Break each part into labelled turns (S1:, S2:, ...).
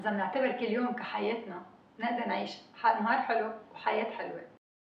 S1: إذا بنعتبر كل يوم كحياتنا نقدر نعيش نهار حلو وحياة حلوة.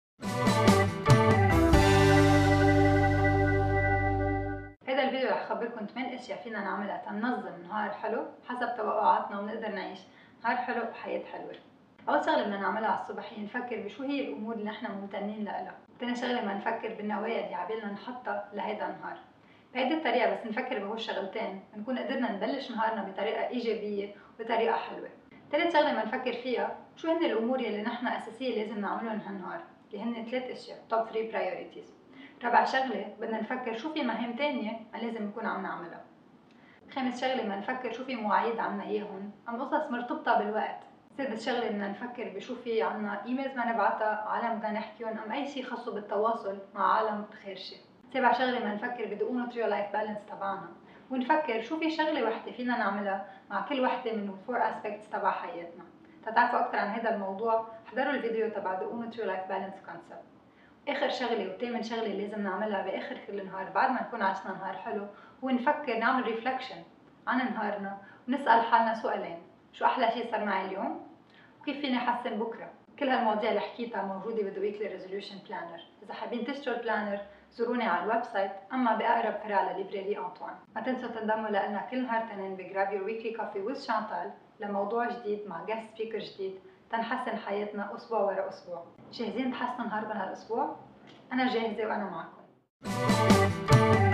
S1: هذا الفيديو رح خبركم 8 اشياء فينا نعملها تنظم نهار حلو حسب توقعاتنا ونقدر نعيش نهار حلو وحياة حلوة. أول شغلة بدنا نعملها على الصبح هي نفكر بشو هي الأمور اللي نحن ممتنين لها. تاني شغلة بدنا نفكر بالنوايا اللي عبالنا نحطها لهيدا النهار. بهيدي الطريقة بس نفكر بهول الشغلتين بنكون قدرنا نبلش نهارنا بطريقة إيجابية وبطريقة حلوة. ثالث شغلة بدنا نفكر فيها شو هن الأمور يلي نحن أساسية لازم نعملهم هالنهار، اللي هن 3 أشياء توب 3 برايورتيز. رابع شغلة بدنا نفكر شو في مهام تانية ما لازم نكون عم نعملها. خامس شغلة بدنا نفكر شو في مواعيد عنا إياهن أم قصص مرتبطة بالوقت. سادس شغلة بدنا نفكر بشو في عنا إيميلز ما نبعتها، عالم بدنا نحكيهم أم أي شي خاصه بالتواصل مع عالم خارجي. سابع شغلة بدنا نفكر بدقون تريو لايف بالانس تبعنا ونفكر شو في شغلة وحدة فينا نعملها مع كل وحدة من الفور اسبيكتس تبع حياتنا. تتعرفوا أكثر عن هذا الموضوع احضروا الفيديو تبع دقون تريو لايف بالانس كونسبت. اخر شغله وثامن شغله لازم نعملها باخر كل نهار بعد ما نكون عشنا نهار حلو هو نفكر نعمل ريفلكشن عن نهارنا ونسال حالنا سؤالين: شو احلى شيء صار معي اليوم؟ وكيف فيني احسن بكره؟ كل هالمواضيع اللي حكيتها موجوده بذا ويكلي ريزوليوشن بلانر. اذا حابين تشتروا البلانر زوروني على الويب سايت اما باقرب فرع لليبراري انطوان. ما تنسوا تنضموا لنا كل نهار تنين بجراب يور ويكلي كوفي ويز شانتال لموضوع جديد مع جاست سبيكر جديد تنحسن حياتنا اسبوع ورا اسبوع. جاهزين تحسنوا نهاركم هالاسبوع؟ أنا جاهزة وأنا معكم.